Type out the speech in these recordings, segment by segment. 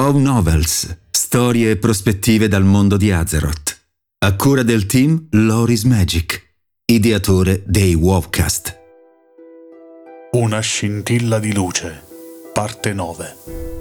WoW Novels, storie e prospettive dal mondo di Azeroth. A cura del team Loris Magic, ideatore dei WoWcast. Una scintilla di luce, parte 9.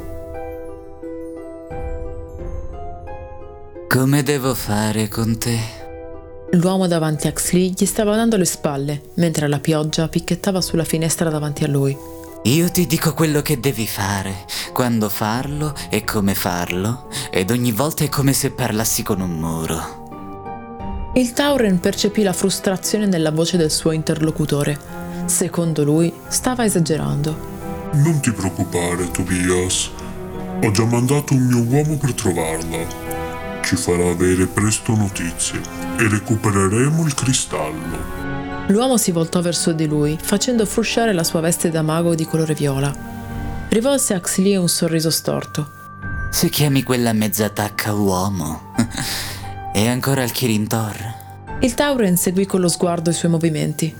Come devo fare con te? L'uomo davanti a Xli gli stava dando le spalle, mentre la pioggia picchiettava sulla finestra davanti a lui. Io ti dico quello che devi fare, quando farlo e come farlo, ed ogni volta è come se parlassi con un muro. Il Tauren percepì la frustrazione nella voce del suo interlocutore. Secondo lui, stava esagerando. Non ti preoccupare, Tobias. Ho già mandato un mio uomo per trovarla. Ci farà avere presto notizie e recupereremo il cristallo. L'uomo si voltò verso di lui, facendo frusciare la sua veste da mago di colore viola. Rivolse a Xli un sorriso storto. Se chiami quella mezz'attacca uomo, è ancora al Kirin Tor. Il Tauren seguì con lo sguardo i suoi movimenti.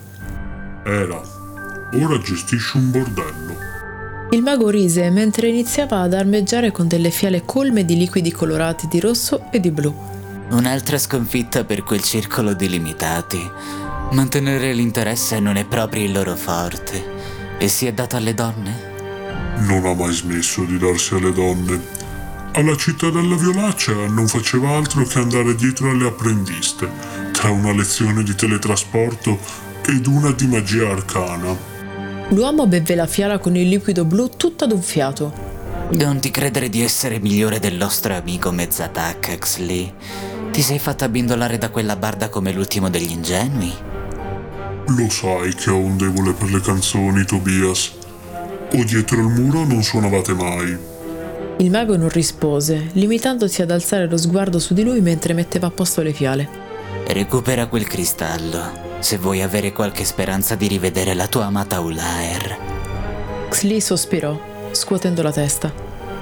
Ora gestisce un bordello. Il mago rise mentre iniziava ad armeggiare con delle fiale colme di liquidi colorati di rosso e di blu. Un'altra sconfitta per quel circolo di limitati. Mantenere l'interesse non è proprio il loro forte. E si è dato alle donne? Non ha mai smesso di darsi alle donne. Alla cittadella violacea non faceva altro che andare dietro alle apprendiste, tra una lezione di teletrasporto ed una di magia arcana. L'uomo bevve la fiala con il liquido blu tutto ad un fiato. Non ti credere di essere migliore del nostro amico mezz'attacca, Xli. Ti sei fatta abbindolare da quella barda come l'ultimo degli ingenui? Lo sai che ho un debole per le canzoni, Tobias. O dietro il muro non suonavate mai. Il mago non rispose, limitandosi ad alzare lo sguardo su di lui mentre metteva a posto le fiale. Recupera quel cristallo, se vuoi avere qualche speranza di rivedere la tua amata Ulaer. Xli sospirò, scuotendo la testa.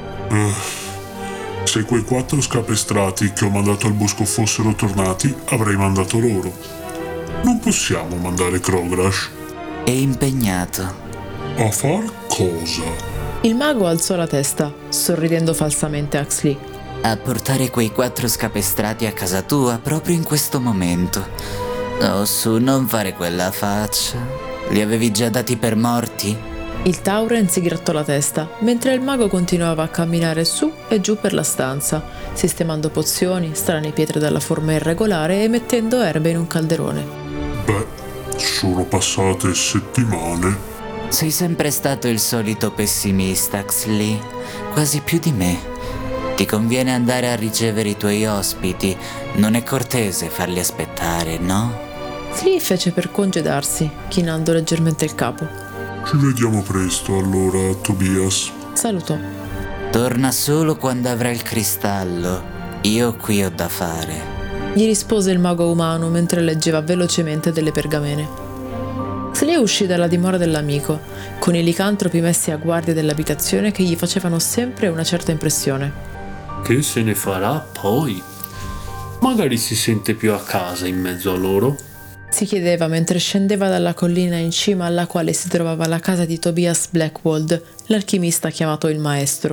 Se quei 4 scapestrati che ho mandato al bosco fossero tornati, avrei mandato loro. Non possiamo mandare Krogrash. È impegnato. A far cosa? Il mago alzò la testa, sorridendo falsamente a Xli. A portare quei 4 scapestrati a casa tua proprio in questo momento. Oh, su, non fare quella faccia. Li avevi già dati per morti? Il Tauren si grattò la testa, mentre il mago continuava a camminare su e giù per la stanza, sistemando pozioni, strane pietre dalla forma irregolare e mettendo erbe in un calderone. Beh, sono passate settimane. Sei sempre stato il solito pessimista, Xli, quasi più di me. Ti conviene andare a ricevere i tuoi ospiti, non è cortese farli aspettare, no? Xli fece per congedarsi, chinando leggermente il capo. Ci vediamo presto allora, Tobias. Salutò. Torna solo quando avrai il cristallo, io qui ho da fare. Gli rispose il mago umano mentre leggeva velocemente delle pergamene. Xli uscì dalla dimora dell'amico, con i licantropi messi a guardia dell'abitazione che gli facevano sempre una certa impressione. Che se ne farà poi? Magari si sente più a casa in mezzo a loro? Si chiedeva mentre scendeva dalla collina in cima alla quale si trovava la casa di Tobias Blackwold, l'alchimista chiamato il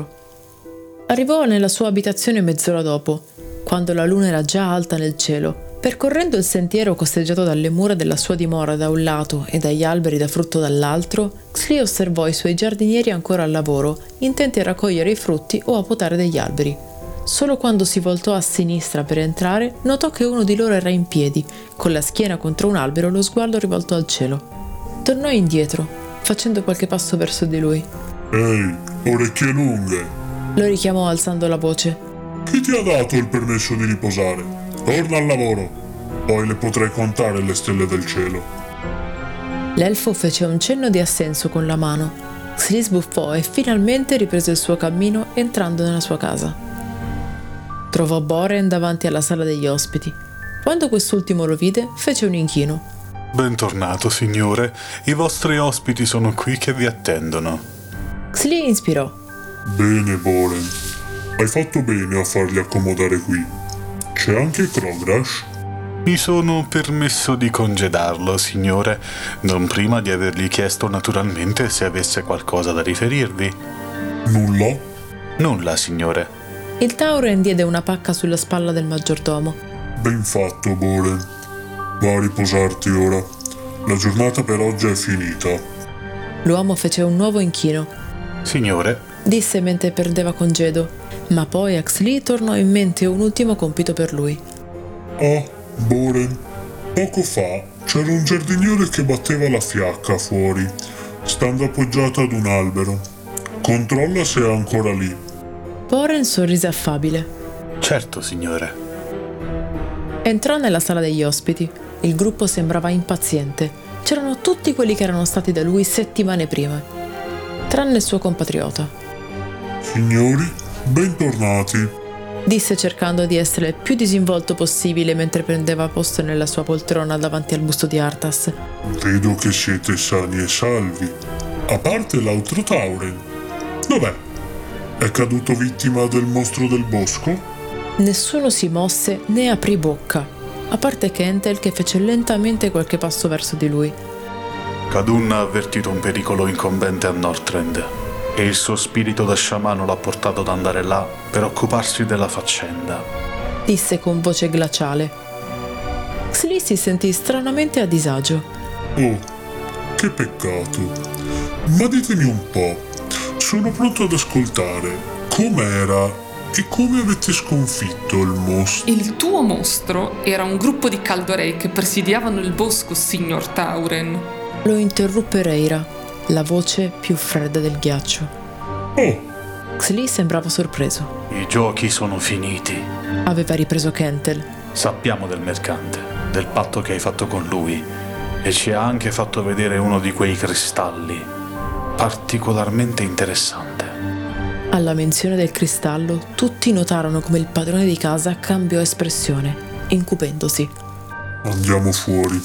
maestro. Arrivò nella sua abitazione mezz'ora dopo, quando la luna era già alta nel cielo. Percorrendo il sentiero costeggiato dalle mura della sua dimora da un lato e dagli alberi da frutto dall'altro, Xli osservò i suoi giardinieri ancora al lavoro, intenti a raccogliere i frutti o a potare degli alberi. Solo quando si voltò a sinistra per entrare, notò che uno di loro era in piedi, con la schiena contro un albero e lo sguardo rivolto al cielo. Tornò indietro, facendo qualche passo verso di lui. Ehi, orecchie lunghe! Lo richiamò alzando la voce. Chi ti ha dato il permesso di riposare? Torna al lavoro, poi le potrai contare le stelle del cielo. L'elfo fece un cenno di assenso con la mano. Xli sbuffò e finalmente riprese il suo cammino entrando nella sua casa. Trovò Boren davanti alla sala degli ospiti. Quando quest'ultimo lo vide, fece un inchino. Bentornato, signore. I vostri ospiti sono qui che vi attendono. Xli inspirò. Bene, Boren. Hai fatto bene a farli accomodare qui. C'è anche Krogrash? Mi sono permesso di congedarlo, signore, non prima di avergli chiesto naturalmente se avesse qualcosa da riferirvi. Nulla? Nulla, signore. Il Tauren diede una pacca sulla spalla del maggiordomo. Ben fatto, Boren. Va a riposarti ora. La giornata per oggi è finita. L'uomo fece un nuovo inchino. Signore, Disse mentre perdeva congedo, ma poi a Xli tornò in mente un ultimo compito per lui. Ah, Boren. Poco fa c'era un giardiniere che batteva la fiacca fuori, stando appoggiato ad un albero. Controlla se è ancora lì. Boren sorrise affabile. certo, signore. Entrò nella sala degli ospiti. Il gruppo sembrava impaziente. C'erano tutti quelli che erano stati da lui settimane prima, tranne il suo compatriota. Signori, bentornati. Disse cercando di essere il più disinvolto possibile mentre prendeva posto nella sua poltrona davanti al busto di Arthas. Vedo che siete sani e salvi. A parte l'altro Tauren. Dov'è? È caduto vittima del mostro del bosco? Nessuno si mosse né aprì bocca, a parte Kentel che fece lentamente qualche passo verso di lui. Kadun ha avvertito un pericolo incombente a Northrend e il suo spirito da sciamano l'ha portato ad andare là per occuparsi della faccenda. Disse con voce glaciale. Xli si sentì stranamente a disagio. Oh, che peccato. Ma ditemi un po', sono pronto ad ascoltare. Com'era e come avete sconfitto il mostro? Il tuo mostro era un gruppo di Caldorei che presidiavano il bosco, signor Tauren. Lo interruppe Rhaeira, la voce più fredda del ghiaccio. Oh, Xli sembrava sorpreso. I giochi sono finiti. Aveva ripreso Kentel. Sappiamo del mercante, del patto che hai fatto con lui, e ci ha anche fatto vedere uno di quei cristalli, particolarmente interessante. Alla menzione del cristallo, tutti notarono come il padrone di casa cambiò espressione, incupendosi. andiamo fuori.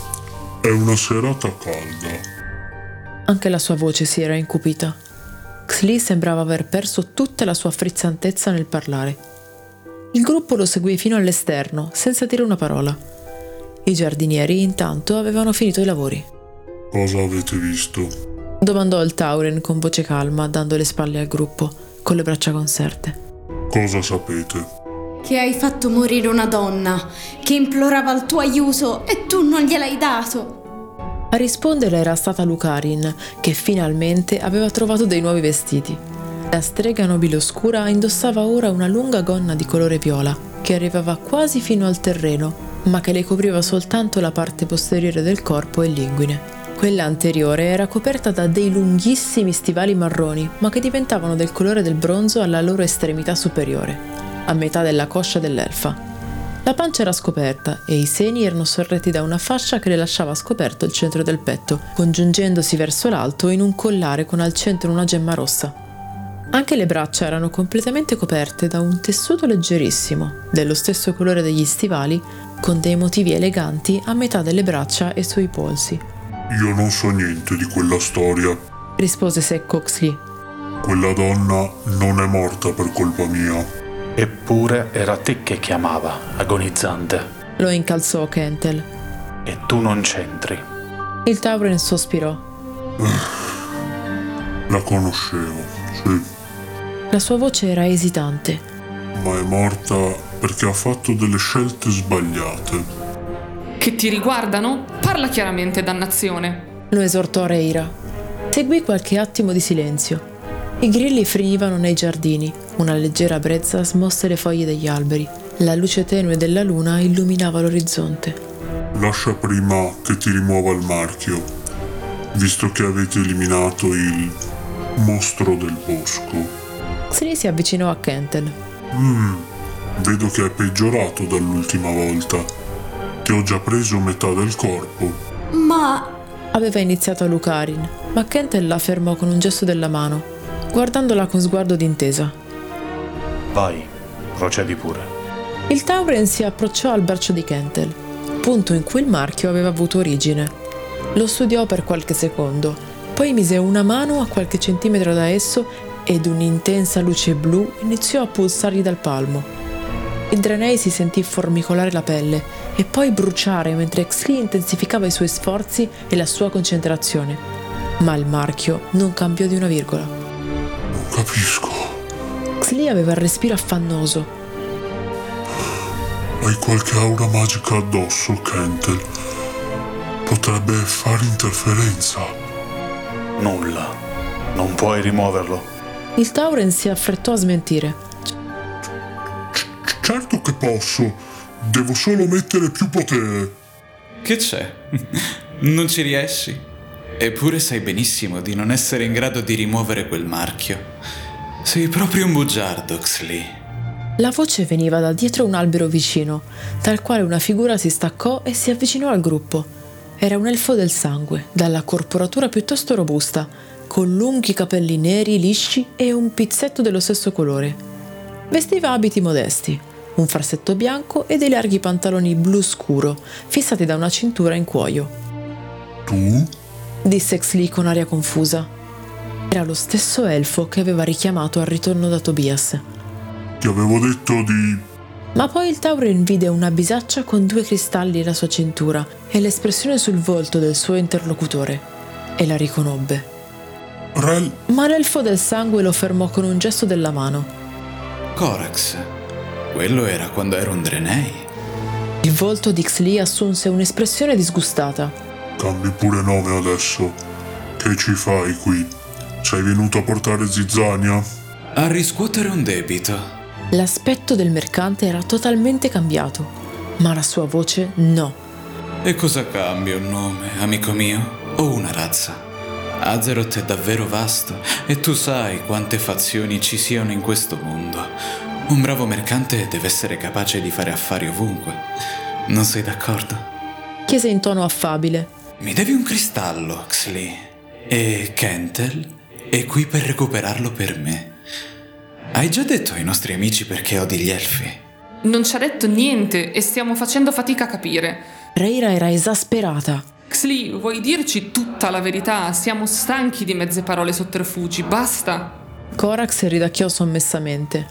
È una serata calda. Anche la sua voce si era incupita. Xli sembrava aver perso tutta la sua frizzantezza nel parlare. Il gruppo lo seguì fino all'esterno, senza dire una parola. I giardinieri, intanto, avevano finito i lavori. Cosa avete visto? Domandò il Tauren con voce calma, dando le spalle al gruppo, con le braccia conserte. Cosa sapete? Che hai fatto morire una donna, che implorava il tuo aiuto e tu non gliel'hai dato. A rispondere era stata Lucarin, che finalmente aveva trovato dei nuovi vestiti. La strega nobile oscura indossava ora una lunga gonna di colore viola, che arrivava quasi fino al terreno, ma che le copriva soltanto la parte posteriore del corpo e l'inguine. Quella anteriore era coperta da dei lunghissimi stivali marroni, ma che diventavano del colore del bronzo alla loro estremità superiore, a metà della coscia dell'elfa. La pancia era scoperta e i seni erano sorretti da una fascia che le lasciava scoperto il centro del petto, congiungendosi verso l'alto in un collare con al centro una gemma rossa. Anche le braccia erano completamente coperte da un tessuto leggerissimo, dello stesso colore degli stivali, con dei motivi eleganti a metà delle braccia e sui polsi. Io non so niente di quella storia. Rispose secco Xli. Quella donna non è morta per colpa mia. Eppure era te che chiamava, agonizzante. Lo incalzò Kentel. E tu non c'entri. Il Tauren sospirò. La conoscevo, sì, La sua voce era esitante. ma è morta perché ha fatto delle scelte sbagliate. Che ti riguardano? Parla chiaramente, dannazione. Lo esortò Rhaeira. Seguì qualche attimo di silenzio. I grilli frignivano nei giardini, una leggera brezza smosse le foglie degli alberi. La luce tenue della luna illuminava l'orizzonte. Lascia prima che ti rimuova il marchio, visto che avete eliminato il mostro del bosco. Xli si avvicinò a Kentel. Vedo che è peggiorato dall'ultima volta. Ti ho già preso metà del corpo. Ma Aveva iniziato Lucarin, ma Kentel la fermò con un gesto della mano, guardandola con sguardo d'intesa. Vai, procedi pure. Il Tauren si approcciò al braccio di Kentel, punto in cui il marchio aveva avuto origine. Lo studiò per qualche secondo, poi mise una mano a qualche centimetro da esso ed un'intensa luce blu iniziò a pulsargli dal palmo. Il Draenei si sentì formicolare la pelle e poi bruciare mentre Xli intensificava i suoi sforzi e la sua concentrazione. Ma il marchio non cambiò di una virgola. Non capisco. Xli aveva il respiro affannoso. Hai qualche aura magica addosso, Kentel. Potrebbe fare interferenza. Nulla. Non puoi rimuoverlo. Il Tauren si affrettò a smentire. Certo che posso. Devo solo mettere più potere. Che c'è? Non ci riesci? Eppure sai benissimo di non essere in grado di rimuovere quel marchio. Sei proprio un bugiardo, Xli. La voce veniva da dietro un albero vicino, dal quale una figura si staccò e si avvicinò al gruppo. Era un elfo del sangue, dalla corporatura piuttosto robusta, con lunghi capelli neri lisci e un pizzetto dello stesso colore. Vestiva abiti modesti, un farsetto bianco e dei larghi pantaloni blu scuro, fissati da una cintura in cuoio. Tu? Disse Xli con aria confusa. Era lo stesso elfo che aveva richiamato al ritorno da Tobias. Ti avevo detto di... Ma poi il Tauren vide una bisaccia con 2 cristalli alla sua cintura e l'espressione sul volto del suo interlocutore, e la riconobbe. Ma l'elfo del sangue lo fermò con un gesto della mano. Corax, quello era quando ero un Draenei. Il volto di Xli assunse un'espressione disgustata. Cambi pure nome adesso. Che ci fai qui? Sei venuto a portare zizzania? A riscuotere un debito. L'aspetto del mercante era totalmente cambiato, ma la sua voce no. E cosa cambia un nome, amico mio? O una razza? Azeroth è davvero vasto e tu sai quante fazioni ci siano in questo mondo. Un bravo mercante deve essere capace di fare affari ovunque. Non sei d'accordo? Chiese in tono affabile. Mi devi un cristallo, Xli. E Kentel è qui per recuperarlo per me. Hai già detto ai nostri amici perché odi gli elfi? Non ci ha detto niente e stiamo facendo fatica a capire. Rhaeira era esasperata. Xli, vuoi dirci tutta la verità? Siamo stanchi di mezze parole sotterfugi, basta. Corax ridacchiò sommessamente.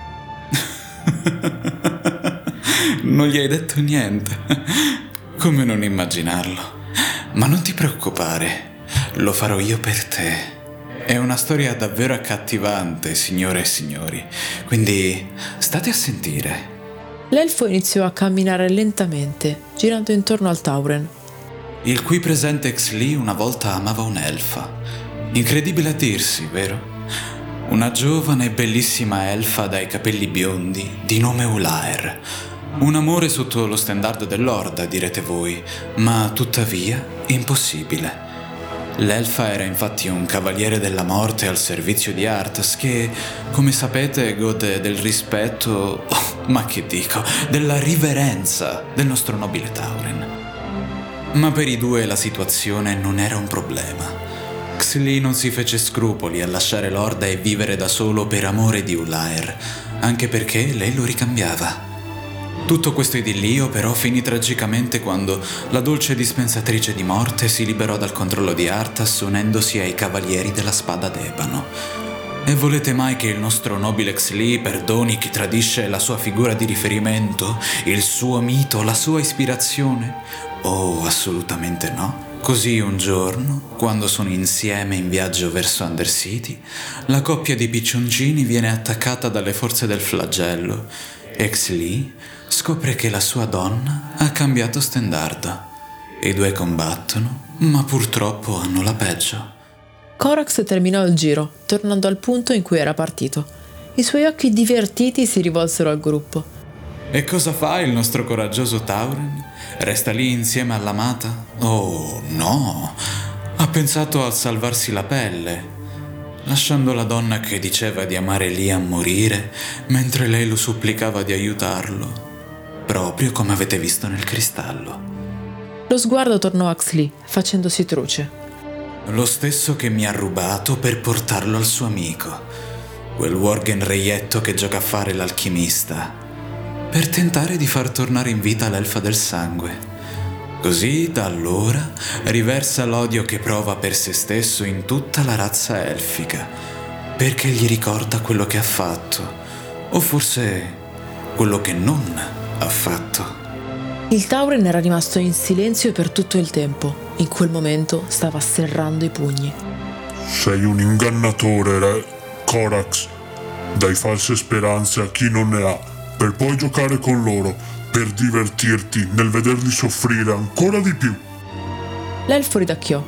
Non gli hai detto niente. Come non immaginarlo? Ma non ti preoccupare, lo farò io per te. È una storia davvero accattivante, signore e signori, quindi state a sentire. L'elfo iniziò a camminare lentamente, girando intorno al Tauren. Il qui presente Xli una volta amava un'elfa. Incredibile a dirsi, vero? Una giovane e bellissima elfa dai capelli biondi, di nome Ulaer. Un amore sotto lo stendardo dell'Orda, direte voi, ma tuttavia impossibile. L'elfa era infatti un cavaliere della morte al servizio di Arthas che, come sapete, gode del rispetto, ma che dico, della riverenza del nostro nobile Tauren. Ma per i due la situazione non era un problema. Xli non si fece scrupoli a lasciare l'Orda e vivere da solo per amore di Ulaer, anche perché lei lo ricambiava. Tutto questo idillio però finì tragicamente quando la dolce dispensatrice di morte si liberò dal controllo di Arthas unendosi ai cavalieri della spada d'ebano. E volete mai che il nostro nobile Xli perdoni chi tradisce la sua figura di riferimento, il suo mito, la sua ispirazione? Oh, assolutamente no. Così un giorno, quando sono insieme in viaggio verso Undercity, la coppia di piccioncini viene attaccata dalle forze del flagello e Xli scopre che la sua donna ha cambiato stendardo. I due combattono, ma purtroppo hanno la peggio. Corax terminò il giro, tornando al punto in cui era partito. I suoi occhi divertiti si rivolsero al gruppo. E cosa fa il nostro coraggioso Tauren? Resta lì insieme all'amata? Oh, no! Ha pensato a salvarsi la pelle, lasciando la donna che diceva di amare Liam morire, mentre lei lo supplicava di aiutarlo, proprio come avete visto nel cristallo. Lo sguardo tornò a Xli, facendosi truce. Lo stesso che mi ha rubato per portarlo al suo amico, quel Worgen reietto che gioca a fare l'alchimista, per tentare di far tornare in vita l'elfa del sangue. Così, da allora, riversa l'odio che prova per se stesso in tutta la razza elfica, perché gli ricorda quello che ha fatto, o forse quello che non ha fatto. Il Tauren era rimasto in silenzio per tutto il tempo. In quel momento stava serrando i pugni. Sei un ingannatore, Corax. Dai false speranze a chi non ne ha, per poi giocare con loro, per divertirti nel vederli soffrire ancora di più. L'elfo ridacchiò.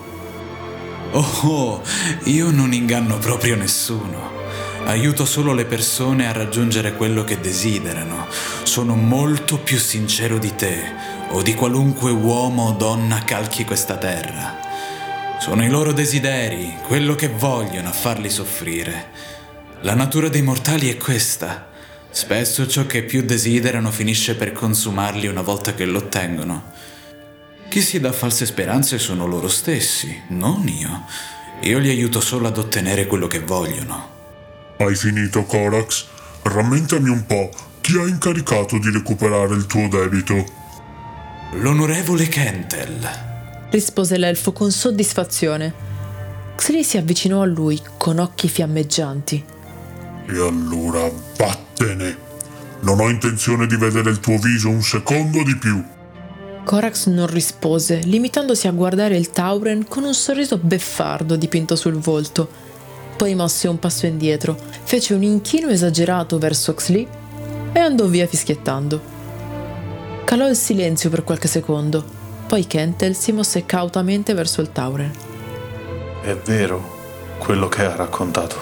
Oh, io non inganno proprio nessuno. Aiuto solo le persone a raggiungere quello che desiderano. Sono molto più sincero di te o di qualunque uomo o donna calchi questa terra. Sono i loro desideri, quello che vogliono, a farli soffrire. La natura dei mortali è questa. Spesso ciò che più desiderano finisce per consumarli una volta che lo ottengono. Chi si dà false speranze sono loro stessi, non io. Io li aiuto solo ad ottenere quello che vogliono. Hai finito, Corax? Rammentami un po', chi ha incaricato di recuperare il tuo debito? L'onorevole Kentel, rispose l'elfo con soddisfazione. Xli si avvicinò a lui con occhi fiammeggianti. E allora vattene! Non ho intenzione di vedere il tuo viso un secondo di più. Corax non rispose, limitandosi a guardare il Tauren con un sorriso beffardo dipinto sul volto. Poi mosse un passo indietro, fece un inchino esagerato verso Xli e andò via fischiettando. Calò il silenzio per qualche secondo, poi Kentel si mosse cautamente verso il Tauren. È vero quello che ha raccontato.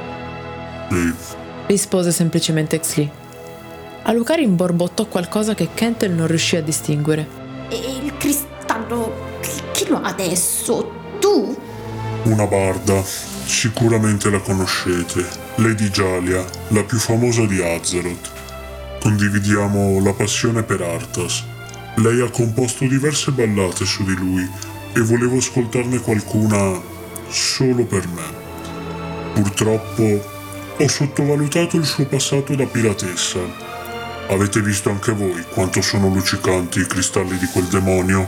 Sì. Rispose semplicemente Xli. Alucard borbottò qualcosa che Kentel non riuscì a distinguere. E il cristallo, chi lo ha adesso? Tu? Una barda, sicuramente la conoscete, Lady Jalia, la più famosa di Azeroth. Condividiamo la passione per Arthas. Lei ha composto diverse ballate su di lui e volevo ascoltarne qualcuna solo per me. Purtroppo ho sottovalutato il suo passato da piratessa. Avete visto anche voi quanto sono luccicanti i cristalli di quel demonio?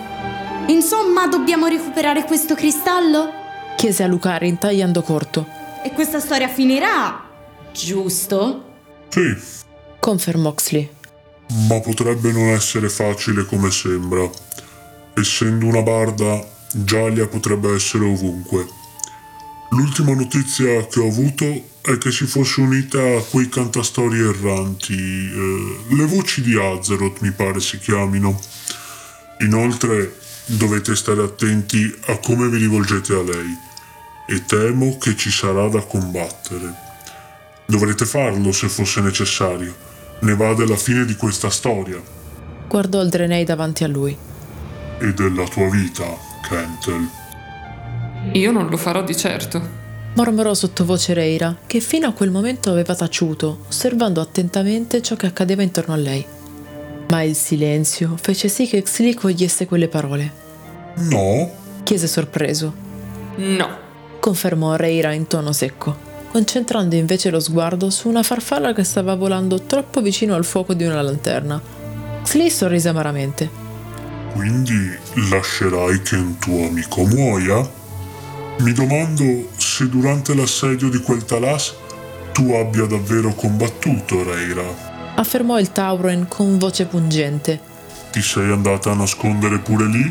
Insomma, dobbiamo recuperare questo cristallo? Chiese Alucard intagliando corto. E questa storia finirà, giusto? Sì, Confermò Xli. ma potrebbe non essere facile come sembra. Essendo una barda, Jalia potrebbe essere ovunque. L'ultima notizia che ho avuto è che si fosse unita a quei cantastorie erranti, le voci di Azeroth mi pare si chiamino. Inoltre dovete stare attenti a come vi rivolgete a lei e temo che ci sarà da combattere. Dovrete farlo se fosse necessario. Ne va della fine di questa storia. Guardò il Draenei davanti a lui. E della tua vita, Kentel. Io non lo farò di certo. Mormorò sottovoce Rhaeira, che fino a quel momento aveva taciuto, osservando attentamente ciò che accadeva intorno a lei. Ma il silenzio fece sì che Xli cogliesse quelle parole. No? Chiese sorpreso. No. Confermò Rhaeira in tono secco, concentrando invece lo sguardo su una farfalla che stava volando troppo vicino al fuoco di una lanterna. Xli sorrise amaramente. Quindi lascerai che un tuo amico muoia? Mi domando se durante l'assedio di quel Talas tu abbia davvero combattuto, Rhaeira. Affermò il Tauren con voce pungente. Ti sei andata a nascondere pure lì?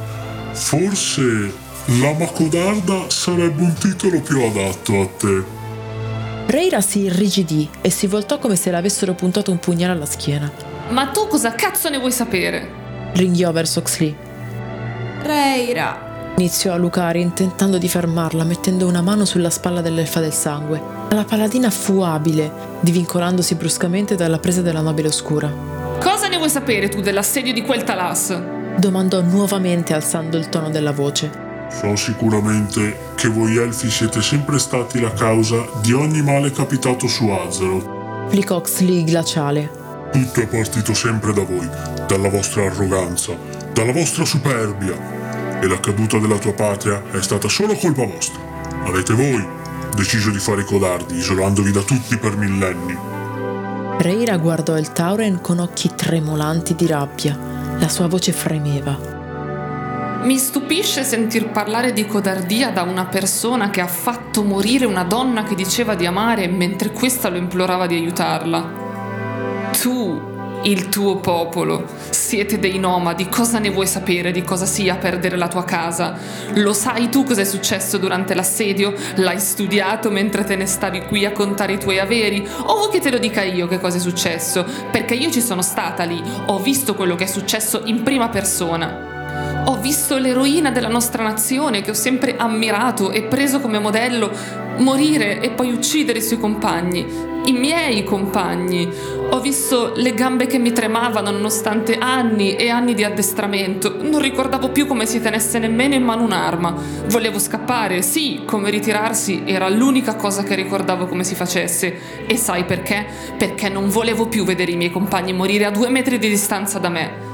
Forse Lama Codarda sarebbe un titolo più adatto a te. Rhaeira si irrigidì e si voltò come se le avessero puntato un pugnale alla schiena. Ma tu cosa cazzo ne vuoi sapere? Ringhiò verso Xli. Rhaeira, Iniziò Alucard intentando di fermarla, mettendo una mano sulla spalla dell'elfa del sangue. La paladina fu abile, divincolandosi bruscamente dalla presa della nobile oscura. Cosa ne vuoi sapere tu dell'assedio di quel Talas? Domandò nuovamente alzando il tono della voce. So sicuramente che voi elfi siete sempre stati la causa di ogni male capitato su Azeroth. Applicò Xli glaciale. Tutto è partito sempre da voi, dalla vostra arroganza, dalla vostra superbia. E la caduta della tua patria è stata solo colpa vostra. Avete voi deciso di fare i codardi, isolandovi da tutti per millenni. Rhaeira guardò il Tauren con occhi tremolanti di rabbia. La sua voce fremeva. Mi stupisce sentir parlare di codardia da una persona che ha fatto morire una donna che diceva di amare mentre questa lo implorava di aiutarla. Tu, il tuo popolo, siete dei nomadi, cosa ne vuoi sapere di cosa sia perdere la tua casa? Lo sai tu cosa è successo durante l'assedio? L'hai studiato mentre te ne stavi qui a contare i tuoi averi? O vuoi che te lo dica io che cosa è successo? Perché io ci sono stata lì, ho visto quello che è successo in prima persona. Ho visto l'eroina della nostra nazione, che ho sempre ammirato e preso come modello, morire e poi uccidere i suoi compagni, i miei compagni. Ho visto le gambe che mi tremavano nonostante anni e anni di addestramento. Non ricordavo più come si tenesse nemmeno in mano un'arma. Volevo scappare, sì, come ritirarsi era l'unica cosa che ricordavo come si facesse. E sai perché? Perché non volevo più vedere i miei compagni morire a 2 metri di distanza da me.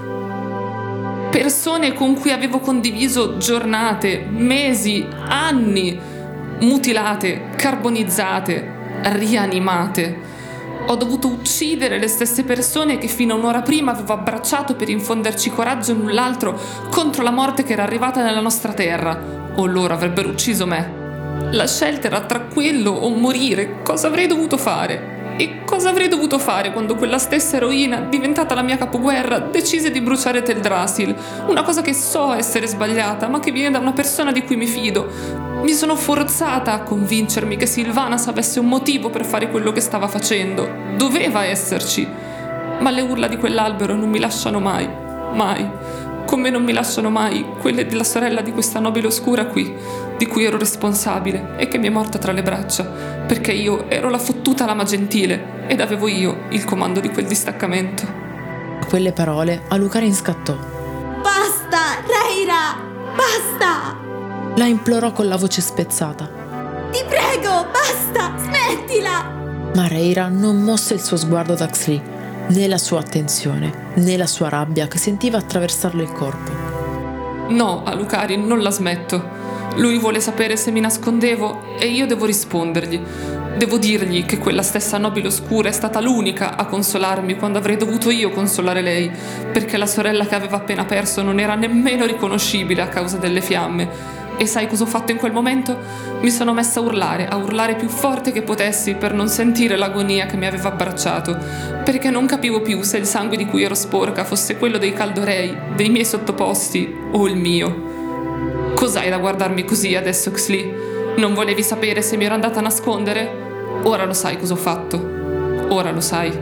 Persone con cui avevo condiviso giornate, mesi, anni, mutilate, carbonizzate, rianimate. Ho dovuto uccidere le stesse persone che fino a un'ora prima avevo abbracciato per infonderci coraggio l'un l'altro contro la morte che era arrivata nella nostra terra, o loro avrebbero ucciso me. La scelta era tra quello o morire. Cosa avrei dovuto fare? E cosa avrei dovuto fare quando quella stessa eroina, diventata la mia capoguerra, decise di bruciare Teldrassil? Una cosa che so essere sbagliata, ma che viene da una persona di cui mi fido. Mi sono forzata a convincermi che Sylvanas avesse un motivo per fare quello che stava facendo. Doveva esserci. Ma le urla di quell'albero non mi lasciano mai. Mai. Come non mi lasciano mai quelle della sorella di questa nobile oscura qui, di cui ero responsabile e che mi è morta tra le braccia, perché io ero la fottuta lama gentile ed avevo io il comando di quel distaccamento. A quelle parole Alucarin scattò. Basta, Rhaeira! Basta! La implorò con la voce spezzata. Ti prego, basta! Smettila! Ma Rhaeira non mosse il suo sguardo da Xli, né la sua attenzione, né la sua rabbia che sentiva attraversarle il corpo. No, Alucarin, non la smetto. Lui vuole sapere se mi nascondevo e io devo rispondergli. Devo dirgli che quella stessa nobile oscura è stata l'unica a consolarmi quando avrei dovuto io consolare lei, perché la sorella che aveva appena perso non era nemmeno riconoscibile a causa delle fiamme. E sai cosa ho fatto in quel momento? Mi sono messa a urlare più forte che potessi per non sentire l'agonia che mi aveva abbracciato, perché non capivo più se il sangue di cui ero sporca fosse quello dei Caldorei, dei miei sottoposti o il mio. Cos'hai da guardarmi così adesso, Xli? Non volevi sapere se mi ero andata a nascondere? Ora lo sai cosa ho fatto. Ora lo sai.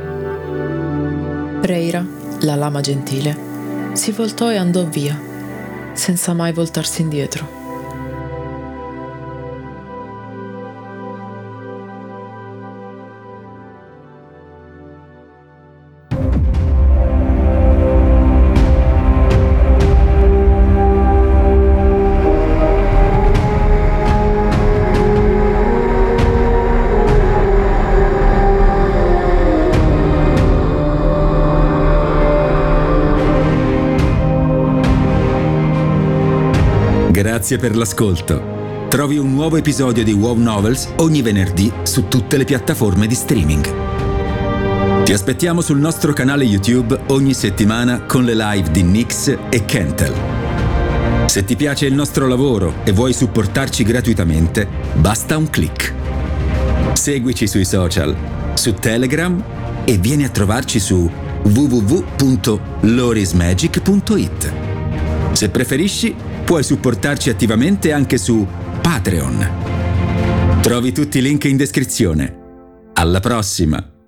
Rhaeira, la lama gentile, si voltò e andò via, senza mai voltarsi indietro. Grazie per l'ascolto. Trovi un nuovo episodio di WoW Novels ogni venerdì su tutte le piattaforme di streaming. Ti aspettiamo sul nostro canale YouTube ogni settimana con le live di Nyx e Kentel. Se ti piace il nostro lavoro e vuoi supportarci gratuitamente, basta un click. Seguici sui social, su Telegram e vieni a trovarci su www.lorismagic.it. Se preferisci, puoi supportarci attivamente anche su Patreon. Trovi tutti i link in descrizione. Alla prossima!